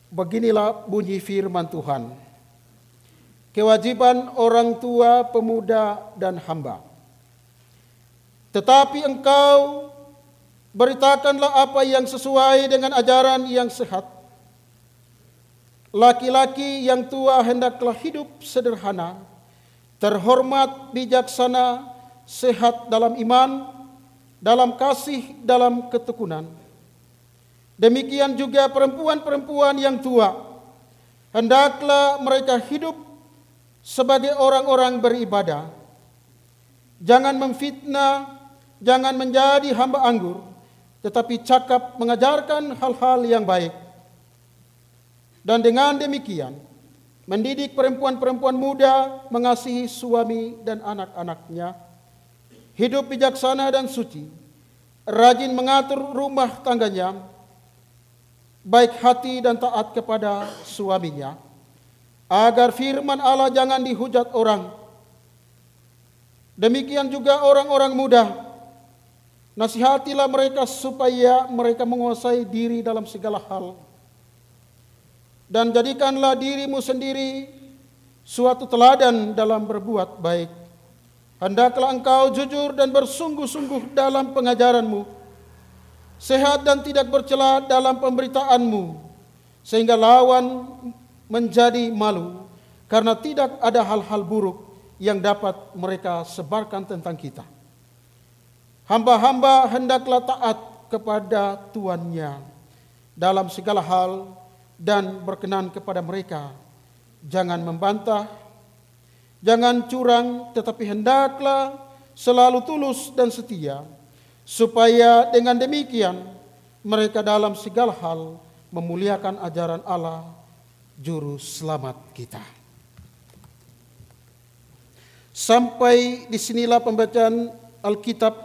Beginilah bunyi firman Tuhan. Kewajiban orang tua, pemuda, dan hamba. Tetapi engkau beritakanlah apa yang sesuai dengan ajaran yang sehat. Laki-laki yang tua hendaklah hidup sederhana, terhormat, bijaksana, sehat dalam iman, dalam kasih, dalam ketekunan. Demikian juga perempuan-perempuan yang tua, hendaklah mereka hidup sebagai orang-orang beribadah. Jangan memfitnah, jangan menjadi hamba anggur, tetapi cakap mengajarkan hal-hal yang baik. Dan dengan demikian, mendidik perempuan-perempuan muda mengasihi suami dan anak-anaknya, hidup bijaksana dan suci, rajin mengatur rumah tangganya, baik hati dan taat kepada suaminya, agar firman Allah jangan dihujat orang. Demikian juga orang-orang muda, nasihatilah mereka supaya mereka menguasai diri dalam segala hal. Dan jadikanlah dirimu sendiri suatu teladan dalam berbuat baik. Hendaklah engkau jujur dan bersungguh-sungguh dalam pengajaranmu, sehat dan tidak bercela dalam pemberitaanmu, sehingga lawan menjadi malu, karena tidak ada hal-hal buruk yang dapat mereka sebarkan tentang kita. Hamba-hamba hendaklah taat kepada tuannya dalam segala hal, dan berkenan kepada mereka. Jangan membantah, jangan curang, tetapi hendaklah selalu tulus dan setia, supaya dengan demikian mereka dalam segala hal memuliakan ajaran Allah, Juru Selamat kita. Sampai disinilah pembacaan Alkitab.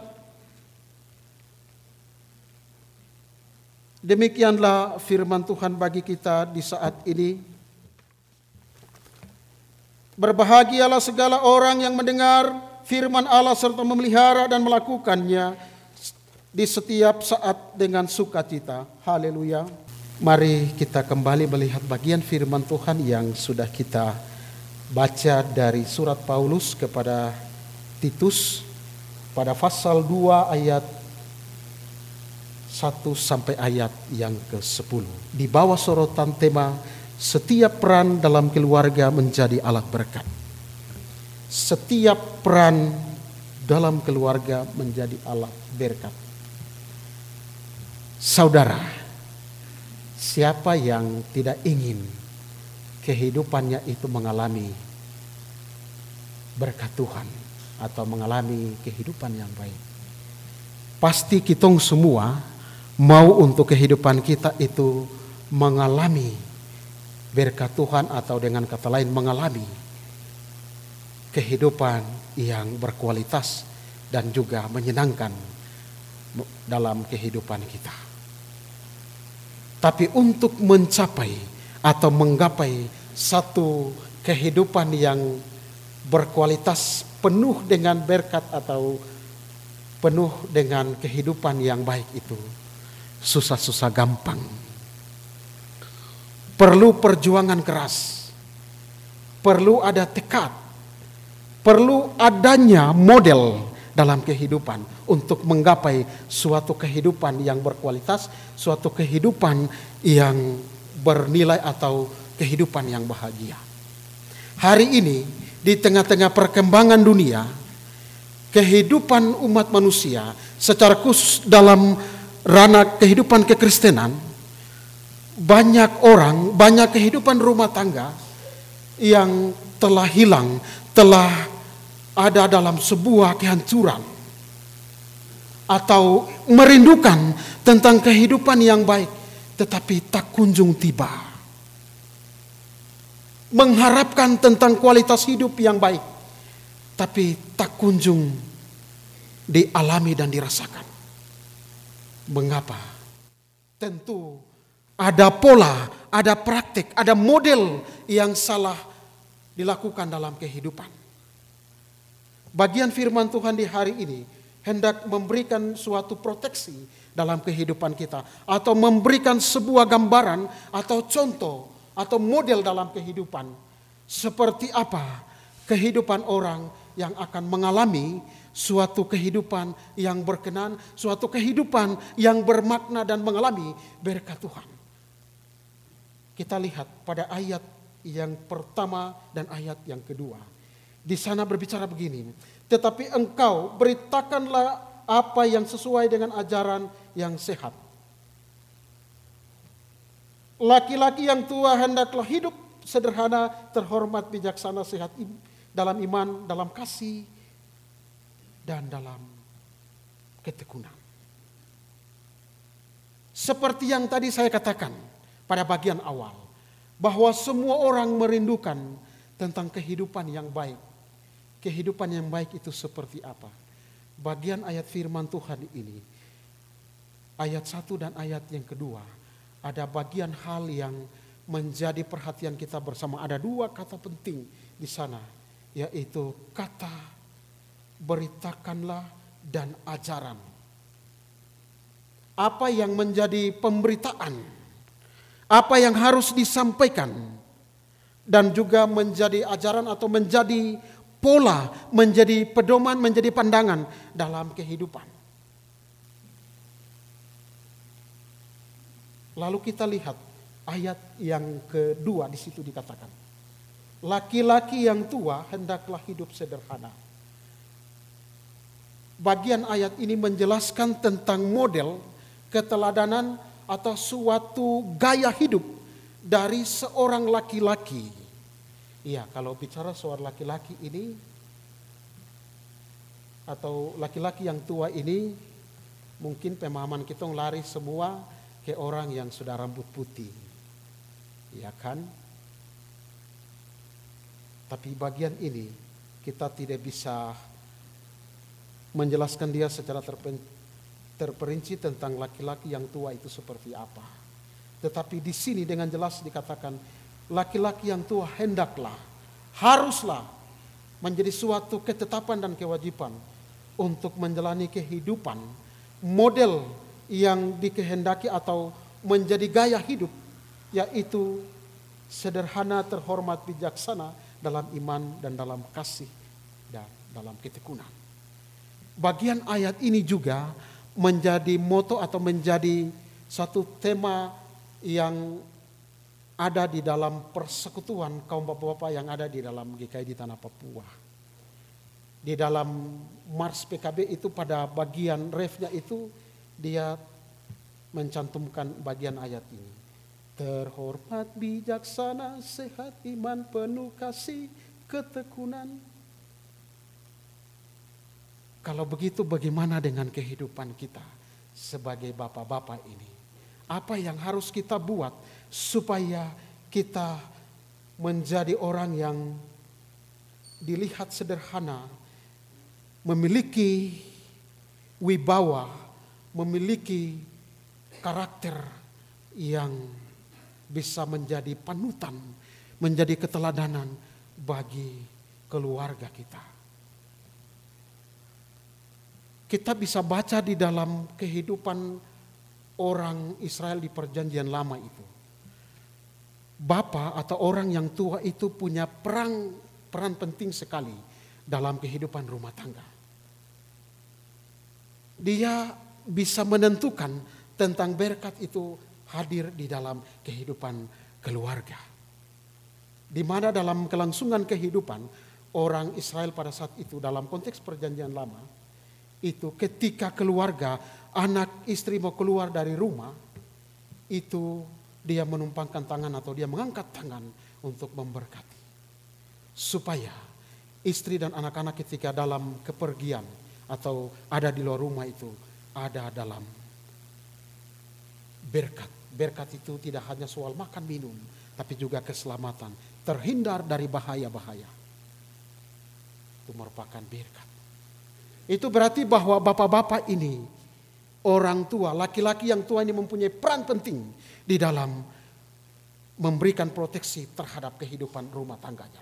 Demikianlah firman Tuhan bagi kita di saat ini. Berbahagialah segala orang yang mendengar firman Allah serta memelihara dan melakukannya di setiap saat dengan sukacita. Haleluya. Mari kita kembali melihat bagian firman Tuhan yang sudah kita baca dari surat Paulus kepada Titus pada pasal 2 ayat 1 sampai ayat yang ke-10. Di bawah sorotan tema setiap peran dalam keluarga menjadi alat berkat. Setiap peran dalam keluarga menjadi alat berkat. Saudara, siapa yang tidak ingin kehidupannya itu mengalami berkat Tuhan atau mengalami kehidupan yang baik? Pasti kita semua mau untuk kehidupan kita itu mengalami berkat Tuhan, atau dengan kata lain mengalami kehidupan yang berkualitas dan juga menyenangkan dalam kehidupan kita. Tapi untuk mencapai atau menggapai satu kehidupan yang berkualitas, penuh dengan berkat atau penuh dengan kehidupan yang baik itu susah-susah gampang. Perlu perjuangan keras, perlu ada tekad, perlu adanya model dalam kehidupan untuk menggapai suatu kehidupan yang berkualitas, suatu kehidupan yang bernilai atau kehidupan yang bahagia. Hari ini di tengah-tengah perkembangan dunia, kehidupan umat manusia secara khusus dalam ranah kehidupan kekristenan, banyak orang, banyak kehidupan rumah tangga yang telah hilang, telah ada dalam sebuah kehancuran, atau merindukan tentang kehidupan yang baik, tetapi tak kunjung tiba. Mengharapkan tentang kualitas hidup yang baik, tapi tak kunjung dialami dan dirasakan. Mengapa? Tentu ada pola, ada praktik, ada model yang salah dilakukan dalam kehidupan. Bagian firman Tuhan di hari ini hendak memberikan suatu proteksi dalam kehidupan kita, atau memberikan sebuah gambaran atau contoh atau model dalam kehidupan. Seperti apa kehidupan orang yang akan mengalami suatu kehidupan yang berkenan, suatu kehidupan yang bermakna dan mengalami berkat Tuhan. Kita lihat pada ayat yang pertama dan ayat yang kedua. Di sana berbicara begini, tetapi engkau beritakanlah apa yang sesuai dengan ajaran yang sehat. Laki-laki yang tua hendaklah hidup sederhana, terhormat, bijaksana, sehat dalam iman, dalam kasih, dan dalam ketekunan. Seperti yang tadi saya katakan pada bagian awal, bahwa semua orang merindukan tentang kehidupan yang baik. Kehidupan yang baik itu seperti apa? Bagian ayat firman Tuhan ini, ayat 1 dan ayat yang kedua, ada bagian hal yang menjadi perhatian kita bersama. Ada 2 kata penting di sana, yaitu kata beritakanlah dan ajaran. Apa yang menjadi pemberitaan, apa yang harus disampaikan, dan juga menjadi ajaran atau menjadi pola, menjadi pedoman, menjadi pandangan dalam kehidupan. Lalu kita lihat ayat yang kedua, di situ dikatakan, laki-laki yang tua hendaklah hidup sederhana. Bagian ayat ini menjelaskan tentang model keteladanan atau suatu gaya hidup dari seorang laki-laki. Iya, kalau bicara soal laki-laki ini atau laki-laki yang tua ini, mungkin pemahaman kita lari semua ke orang yang sudah rambut putih. Iya kan? Tapi bagian ini kita tidak bisa menjelaskan dia secara terperinci tentang laki-laki yang tua itu seperti apa. Tetapi di sini dengan jelas dikatakan laki-laki yang tua hendaklah, haruslah menjadi suatu ketetapan dan kewajiban untuk menjalani kehidupan model yang dikehendaki atau menjadi gaya hidup, yaitu sederhana, terhormat, bijaksana dalam iman dan dalam kasih dan dalam ketekunan. Bagian ayat ini juga menjadi moto atau menjadi satu tema yang ada di dalam persekutuan kaum bapak-bapak yang ada di dalam GKI di Tanah Papua. Di dalam Mars PKB itu pada bagian refnya itu dia mencantumkan bagian ayat ini. Terhormat, bijaksana, sehat, iman, penuh kasih, ketekunan. Kalau begitu bagaimana dengan kehidupan kita sebagai bapak-bapak ini? Apa yang harus kita buat supaya kita menjadi orang yang dilihat sederhana, memiliki wibawa, memiliki karakter yang bisa menjadi panutan, menjadi keteladanan bagi keluarga kita. Kita bisa baca di dalam kehidupan orang Israel di perjanjian lama itu. Bapa atau orang yang tua itu punya peran penting sekali dalam kehidupan rumah tangga. Dia bisa menentukan tentang berkat itu hadir di dalam kehidupan keluarga. Di mana dalam kelangsungan kehidupan orang Israel pada saat itu dalam konteks perjanjian lama, itu ketika keluarga, anak istri mau keluar dari rumah, itu dia menumpangkan tangan atau dia mengangkat tangan untuk memberkati. Supaya istri dan anak-anak ketika dalam kepergian atau ada di luar rumah itu ada dalam berkat. Berkat itu tidak hanya soal makan minum, tapi juga keselamatan, terhindar dari bahaya-bahaya. Itu merupakan berkat. Itu berarti bahwa bapak-bapak ini, orang tua, laki-laki yang tua ini mempunyai peran penting di dalam memberikan proteksi terhadap kehidupan rumah tangganya.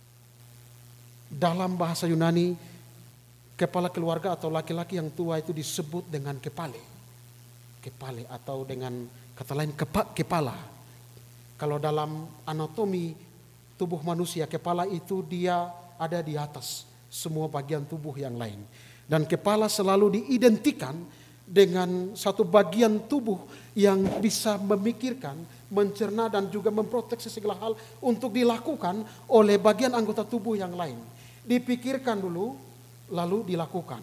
Dalam bahasa Yunani, kepala keluarga atau laki-laki yang tua itu disebut dengan kepale. kepala atau dengan kata lain kepala. Kalau dalam anatomi tubuh manusia, kepala itu dia ada di atas semua bagian tubuh yang lain. Dan kepala selalu diidentikan dengan satu bagian tubuh yang bisa memikirkan, mencerna dan juga memproteksi segala hal untuk dilakukan oleh bagian anggota tubuh yang lain. Dipikirkan dulu, lalu dilakukan.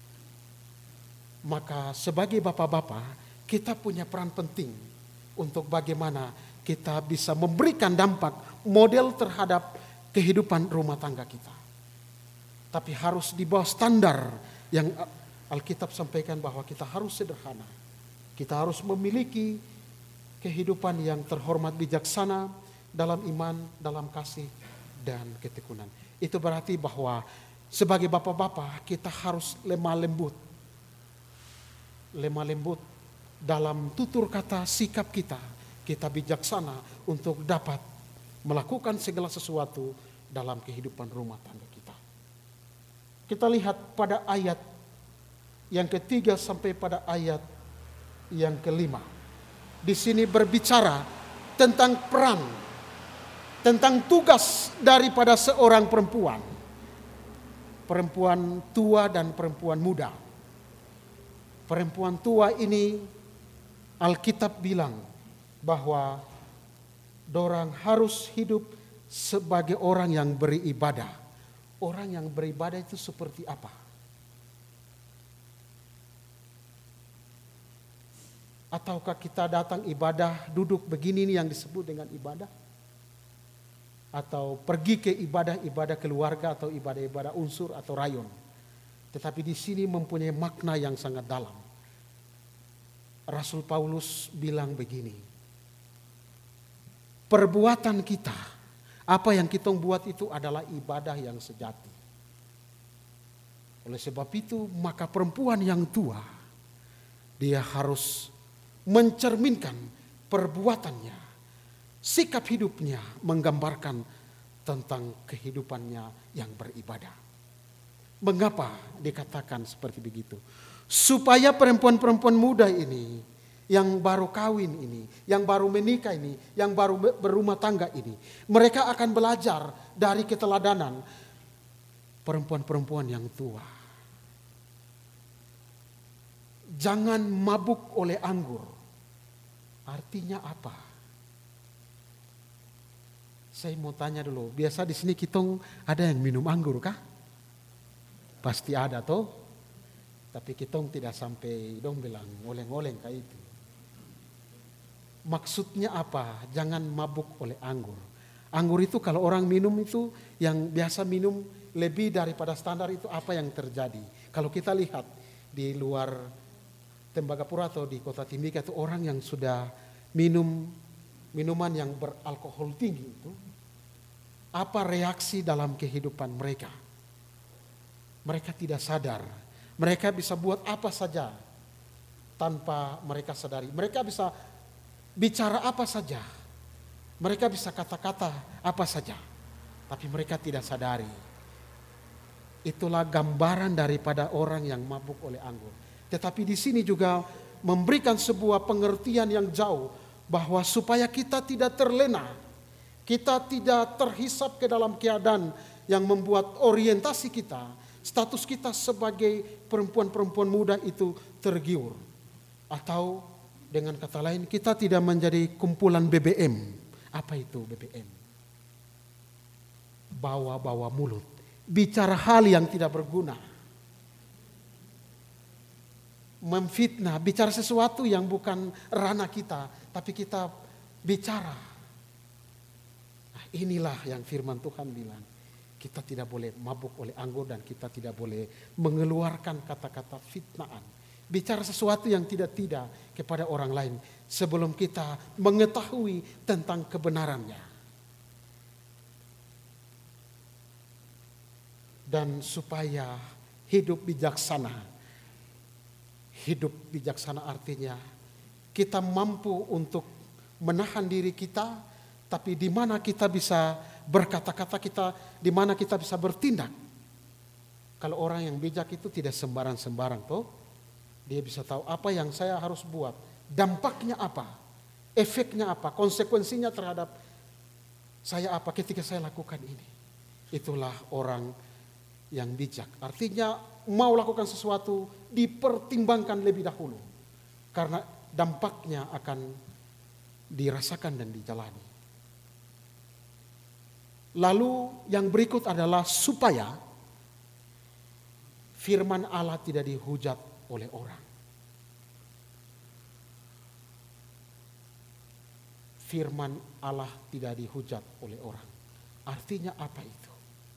Maka sebagai bapak-bapak, kita punya peran penting untuk bagaimana kita bisa memberikan dampak model terhadap kehidupan rumah tangga kita. Tapi harus di bawah standar yang Alkitab sampaikan bahwa kita harus sederhana. Kita harus memiliki kehidupan yang terhormat bijaksana dalam iman, dalam kasih, dan ketekunan. Itu berarti bahwa sebagai bapak-bapak kita harus lemah lembut. Lemah lembut dalam tutur kata sikap kita. Kita bijaksana untuk dapat melakukan segala sesuatu dalam kehidupan rumah tangga kita. Kita lihat pada ayat yang ketiga sampai pada ayat yang kelima. Di sini berbicara tentang peran, tentang tugas daripada seorang perempuan. Perempuan tua dan perempuan muda. Perempuan tua ini Alkitab bilang bahwa dorang harus hidup sebagai orang yang beribadah. Orang yang beribadah itu seperti apa? Ataukah kita datang ibadah duduk begini nih yang disebut dengan ibadah? Atau pergi ke ibadah-ibadah keluarga atau ibadah-ibadah unsur atau rayon? Tetapi di sini mempunyai makna yang sangat dalam. Rasul Paulus bilang begini, perbuatan kita, apa yang kita buat itu adalah ibadah yang sejati. Oleh sebab itu, maka perempuan yang tua, dia harus mencerminkan perbuatannya, sikap hidupnya menggambarkan tentang kehidupannya yang beribadah. Mengapa dikatakan seperti begitu? Supaya perempuan-perempuan muda ini, yang baru kawin ini, yang baru menikah ini, yang baru berumah tangga ini, mereka akan belajar dari keteladanan perempuan-perempuan yang tua. Jangan mabuk oleh anggur. Artinya apa? Saya mau tanya dulu. Biasa di sini kita ada yang minum anggur kah? Pasti ada toh. Tapi kita tidak sampai dong bilang oleng-oleng kayak itu. Maksudnya apa? Jangan mabuk oleh anggur. Anggur itu kalau orang minum itu yang biasa minum lebih daripada standar itu apa yang terjadi? Kalau kita lihat di luar Tembagapura atau di kota Timika itu orang yang sudah minum minuman yang beralkohol tinggi itu, apa reaksi dalam kehidupan mereka? Mereka tidak sadar. Mereka bisa buat apa saja tanpa mereka sadari. Mereka bisa bicara apa saja. Mereka bisa kata-kata apa saja. Tapi mereka tidak sadari. Itulah gambaran daripada orang yang mabuk oleh anggur. Tetapi di sini juga memberikan sebuah pengertian yang jauh bahwa supaya kita tidak terlena, kita tidak terhisap ke dalam keadaan yang membuat orientasi kita, status kita sebagai perempuan-perempuan muda itu tergiur. Atau dengan kata lain kita tidak menjadi kumpulan BBM. Apa itu BBM? Bawa-bawa mulut, bicara hal yang tidak berguna. Memfitnah, bicara sesuatu yang bukan ranah kita, tapi kita bicara. Nah, inilah yang firman Tuhan bilang. Kita tidak boleh mabuk oleh anggur dan kita tidak boleh mengeluarkan kata-kata fitnaan. Bicara sesuatu yang tidak kepada orang lain sebelum kita mengetahui tentang kebenarannya. Dan supaya hidup bijaksana. Hidup bijaksana artinya kita mampu untuk menahan diri kita, tapi di mana kita bisa berkata-kata, kita di mana kita bisa bertindak. Kalau orang yang bijak itu tidak sembarang-sembarang toh. Dia bisa tahu apa yang saya harus buat, dampaknya apa, efeknya apa, konsekuensinya terhadap saya apa ketika saya lakukan ini. Itulah orang yang bijak. Artinya mau lakukan sesuatu dipertimbangkan lebih dahulu. Karena dampaknya akan dirasakan dan dijalani. Lalu yang berikut adalah supaya firman Allah tidak dihujat oleh orang. Firman Allah tidak dihujat oleh orang. Artinya apa itu?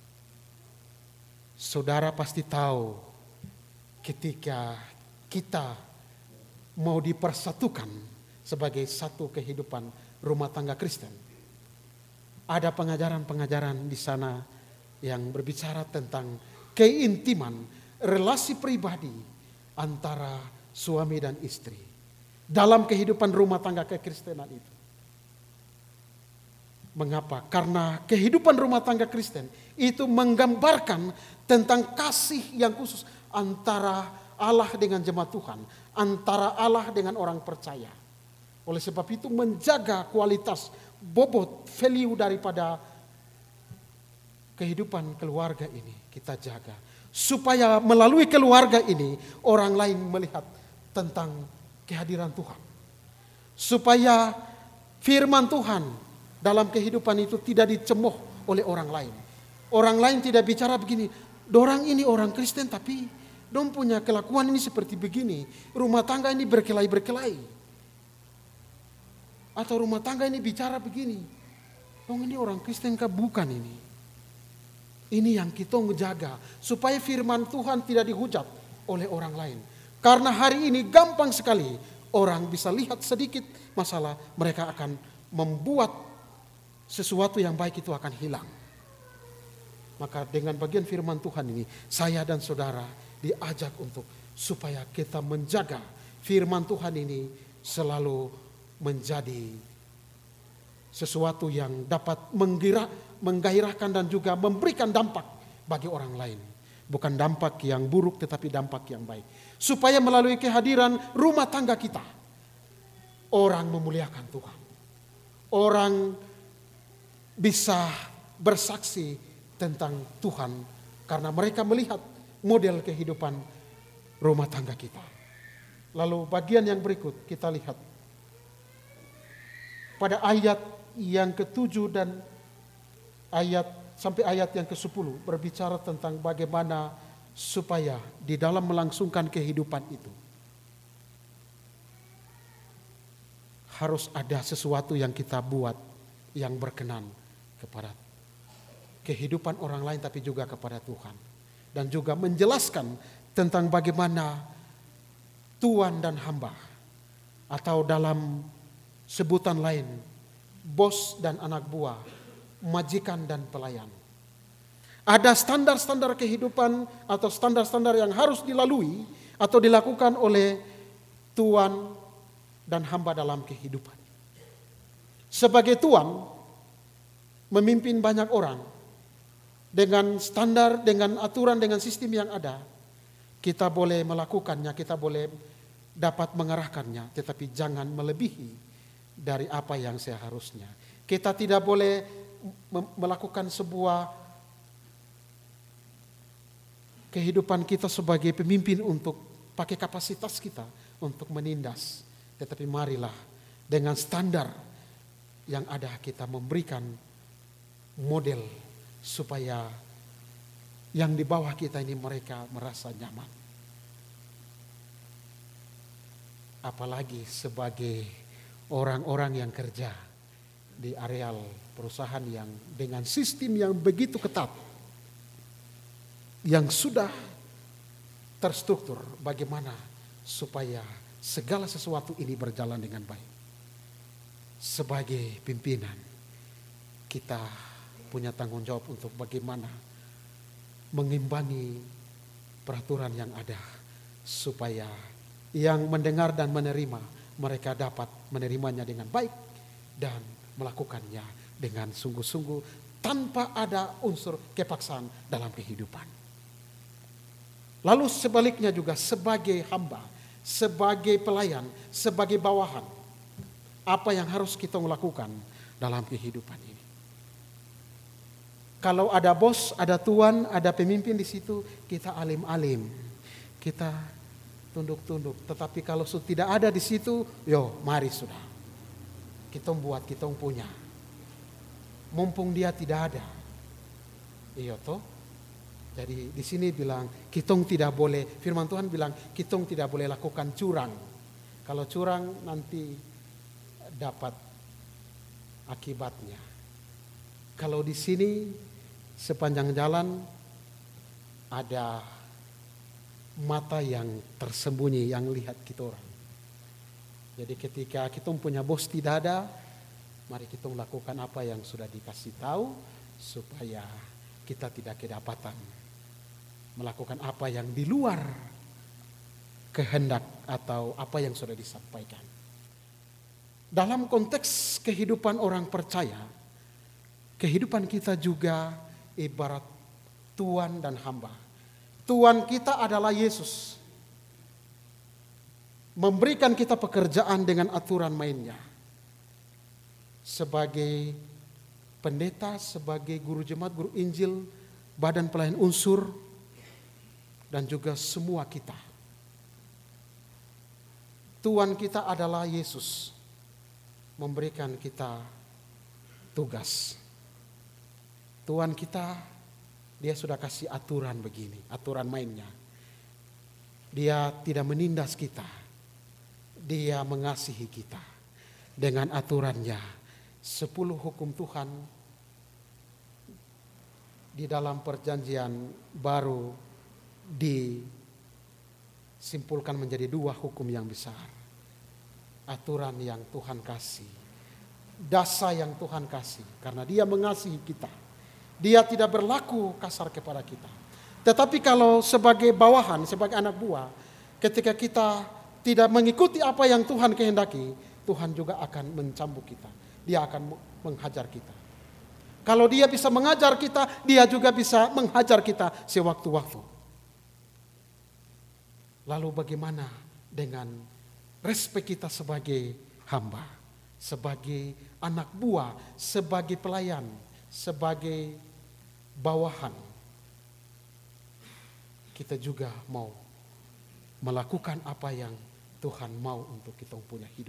Saudara pasti tahu ketika kita mau dipersatukan sebagai satu kehidupan rumah tangga Kristen. Ada pengajaran-pengajaran di sana yang berbicara tentang keintiman, relasi pribadi antara suami dan istri dalam kehidupan rumah tangga kekristenan itu. Mengapa? Karena kehidupan rumah tangga Kristen itu menggambarkan tentang kasih yang khusus antara Allah dengan jemaat Tuhan, antara Allah dengan orang percaya. Oleh sebab itu menjaga kualitas, bobot, value daripada kehidupan keluarga ini kita jaga. Supaya melalui keluarga ini orang lain melihat tentang kehadiran Tuhan. Supaya firman Tuhan dalam kehidupan itu tidak dicemooh oleh orang lain. Orang lain tidak bicara begini, dorang ini orang Kristen tapi dong punya kelakuan ini seperti begini. Rumah tangga ini berkelahi-berkelahi. Atau rumah tangga ini bicara begini. Dong ini orang Kristen kah? Bukan ini. Ini yang kita menjaga. Supaya firman Tuhan tidak dihujat oleh orang lain. Karena hari ini gampang sekali orang bisa lihat sedikit masalah, mereka akan membuat sesuatu yang baik itu akan hilang. Maka dengan bagian firman Tuhan ini, saya dan saudara diajak untuk supaya kita menjaga firman Tuhan ini selalu menjadi sesuatu yang dapat menggairahkan dan juga memberikan dampak bagi orang lain. Bukan dampak yang buruk tetapi dampak yang baik. Supaya melalui kehadiran rumah tangga kita, orang memuliakan Tuhan. Orang bisa bersaksi tentang Tuhan karena mereka melihat model kehidupan rumah tangga kita. Lalu bagian yang berikut kita lihat pada ayat yang ke-7 dan ayat sampai ayat yang ke-10 berbicara tentang bagaimana supaya di dalam melangsungkan kehidupan itu harus ada sesuatu yang kita buat yang berkenan kepada kehidupan orang lain tapi juga kepada Tuhan. Dan juga menjelaskan tentang bagaimana tuan dan hamba atau dalam sebutan lain bos dan anak buah, majikan dan pelayan. Ada standar-standar kehidupan atau standar-standar yang harus dilalui atau dilakukan oleh tuan dan hamba dalam kehidupan. Sebagai tuan memimpin banyak orang dengan standar, dengan aturan, dengan sistem yang ada, kita boleh melakukannya, kita boleh dapat mengarahkannya, tetapi jangan melebihi dari apa yang seharusnya. Kita tidak boleh melakukan sebuah kehidupan kita sebagai pemimpin untuk pakai kapasitas kita untuk menindas, tetapi marilah dengan standar yang ada kita memberikan model supaya yang di bawah kita ini mereka merasa nyaman. Apalagi sebagai orang-orang yang kerja di areal perusahaan yang dengan sistem yang begitu ketat, yang sudah terstruktur, bagaimana supaya segala sesuatu ini berjalan dengan baik. Sebagai pimpinan, kita punya tanggung jawab untuk bagaimana mengimbangi peraturan yang ada supaya yang mendengar dan menerima mereka dapat menerimanya dengan baik dan melakukannya dengan sungguh-sungguh tanpa ada unsur kepaksaan dalam kehidupan. Lalu sebaliknya juga sebagai hamba sebagai pelayan, sebagai bawahan. Apa yang harus kita lakukan dalam kehidupan ini. Kalau ada bos, ada tuan, ada pemimpin di situ, kita alim-alim. Kita tunduk-tunduk. Tetapi kalau tidak ada di situ, mari sudah. Kita buat, kita punya. Mumpung dia tidak ada. Iya toh. Jadi di sini bilang, kita tidak boleh, firman Tuhan bilang, kita tidak boleh lakukan curang. Kalau curang nanti dapat akibatnya. Kalau di sini sepanjang jalan ada mata yang tersembunyi yang lihat kita orang. Jadi ketika kita punya bos tidak ada, mari kita lakukan apa yang sudah dikasih tahu supaya kita tidak kedapatan melakukan apa yang di luar kehendak atau apa yang sudah disampaikan. Dalam konteks kehidupan orang percaya, kehidupan kita juga ibarat tuan dan hamba. Tuan kita adalah Yesus. Memberikan kita pekerjaan dengan aturan mainnya. Sebagai pendeta, sebagai guru jemaat, guru Injil, badan pelayan unsur, dan juga semua kita. Tuan kita adalah Yesus. Memberikan kita tugas. Tuhan kita, dia sudah kasih aturan begini, aturan mainnya. Dia tidak menindas kita. Dia mengasihi kita. Dengan aturannya, 10 hukum Tuhan di dalam perjanjian baru disimpulkan menjadi 2 hukum yang besar. Aturan yang Tuhan kasih. Dasar yang Tuhan kasih. Karena dia mengasihi kita. Dia tidak berlaku kasar kepada kita. Tetapi kalau sebagai bawahan, sebagai anak buah, ketika kita tidak mengikuti apa yang Tuhan kehendaki, Tuhan juga akan mencambuk kita. Dia akan menghajar kita. Kalau dia bisa mengajar kita, dia juga bisa menghajar kita sewaktu-waktu. Lalu bagaimana dengan respek kita sebagai hamba, sebagai anak buah, sebagai pelayan, sebagai bawahan? Kita juga mau melakukan apa yang Tuhan mau untuk kita punya hidup.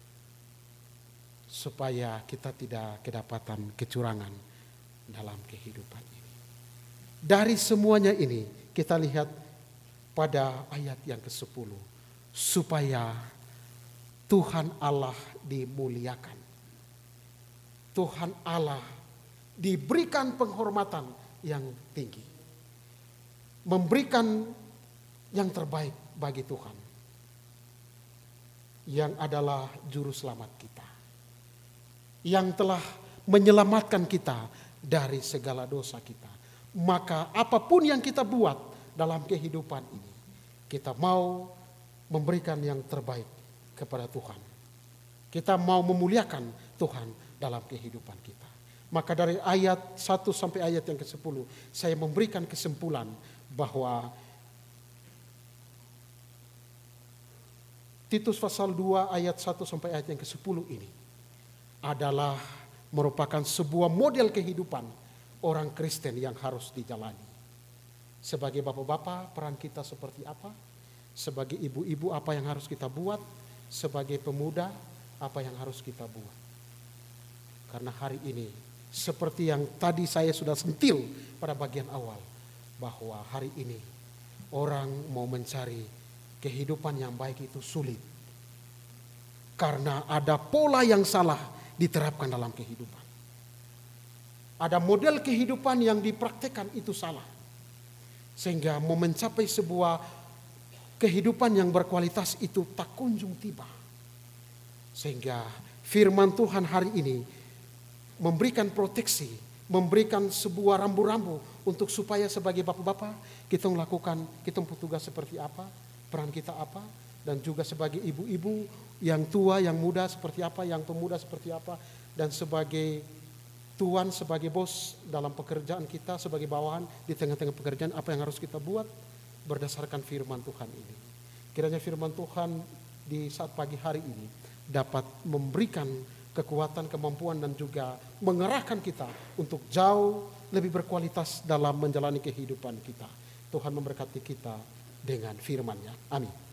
Supaya kita tidak kedapatan kecurangan dalam kehidupan ini. Dari semuanya ini kita lihat pada ayat yang ke-10. Supaya Tuhan Allah dimuliakan. Tuhan Allah diberikan penghormatan yang tinggi. Memberikan yang terbaik bagi Tuhan. Yang adalah juru selamat kita. Yang telah menyelamatkan kita dari segala dosa kita. Maka apapun yang kita buat dalam kehidupan ini, kita mau memberikan yang terbaik kepada Tuhan. Kita mau memuliakan Tuhan dalam kehidupan kita. Maka dari ayat 1 sampai ayat yang ke-10, saya memberikan kesimpulan bahwa Titus pasal 2 ayat 1 sampai ayat yang ke-10 ini adalah merupakan sebuah model kehidupan orang Kristen yang harus dijalani. Sebagai bapak-bapak, peran kita seperti apa? Sebagai ibu-ibu, apa yang harus kita buat? Sebagai pemuda, apa yang harus kita buat? Karena hari ini, seperti yang tadi saya sudah sentil pada bagian awal, bahwa hari ini orang mau mencari kehidupan yang baik itu sulit. Karena ada pola yang salah diterapkan dalam kehidupan. Ada model kehidupan yang dipraktekkan itu salah. Sehingga mau mencapai sebuah kehidupan yang berkualitas itu tak kunjung tiba. Sehingga firman Tuhan hari ini memberikan proteksi, memberikan sebuah rambu-rambu untuk supaya sebagai bapak-bapak kita melakukan, kita bertugas seperti apa, peran kita apa, dan juga sebagai ibu-ibu yang tua, yang muda seperti apa, yang pemuda seperti apa, dan sebagai tuan, sebagai bos dalam pekerjaan kita, sebagai bawahan di tengah-tengah pekerjaan apa yang harus kita buat berdasarkan firman Tuhan ini. Kiranya firman Tuhan di saat pagi hari ini dapat memberikan kekuatan, kemampuan, dan juga mengerahkan kita untuk jauh lebih berkualitas dalam menjalani kehidupan kita. Tuhan memberkati kita dengan firman-Nya. Amin.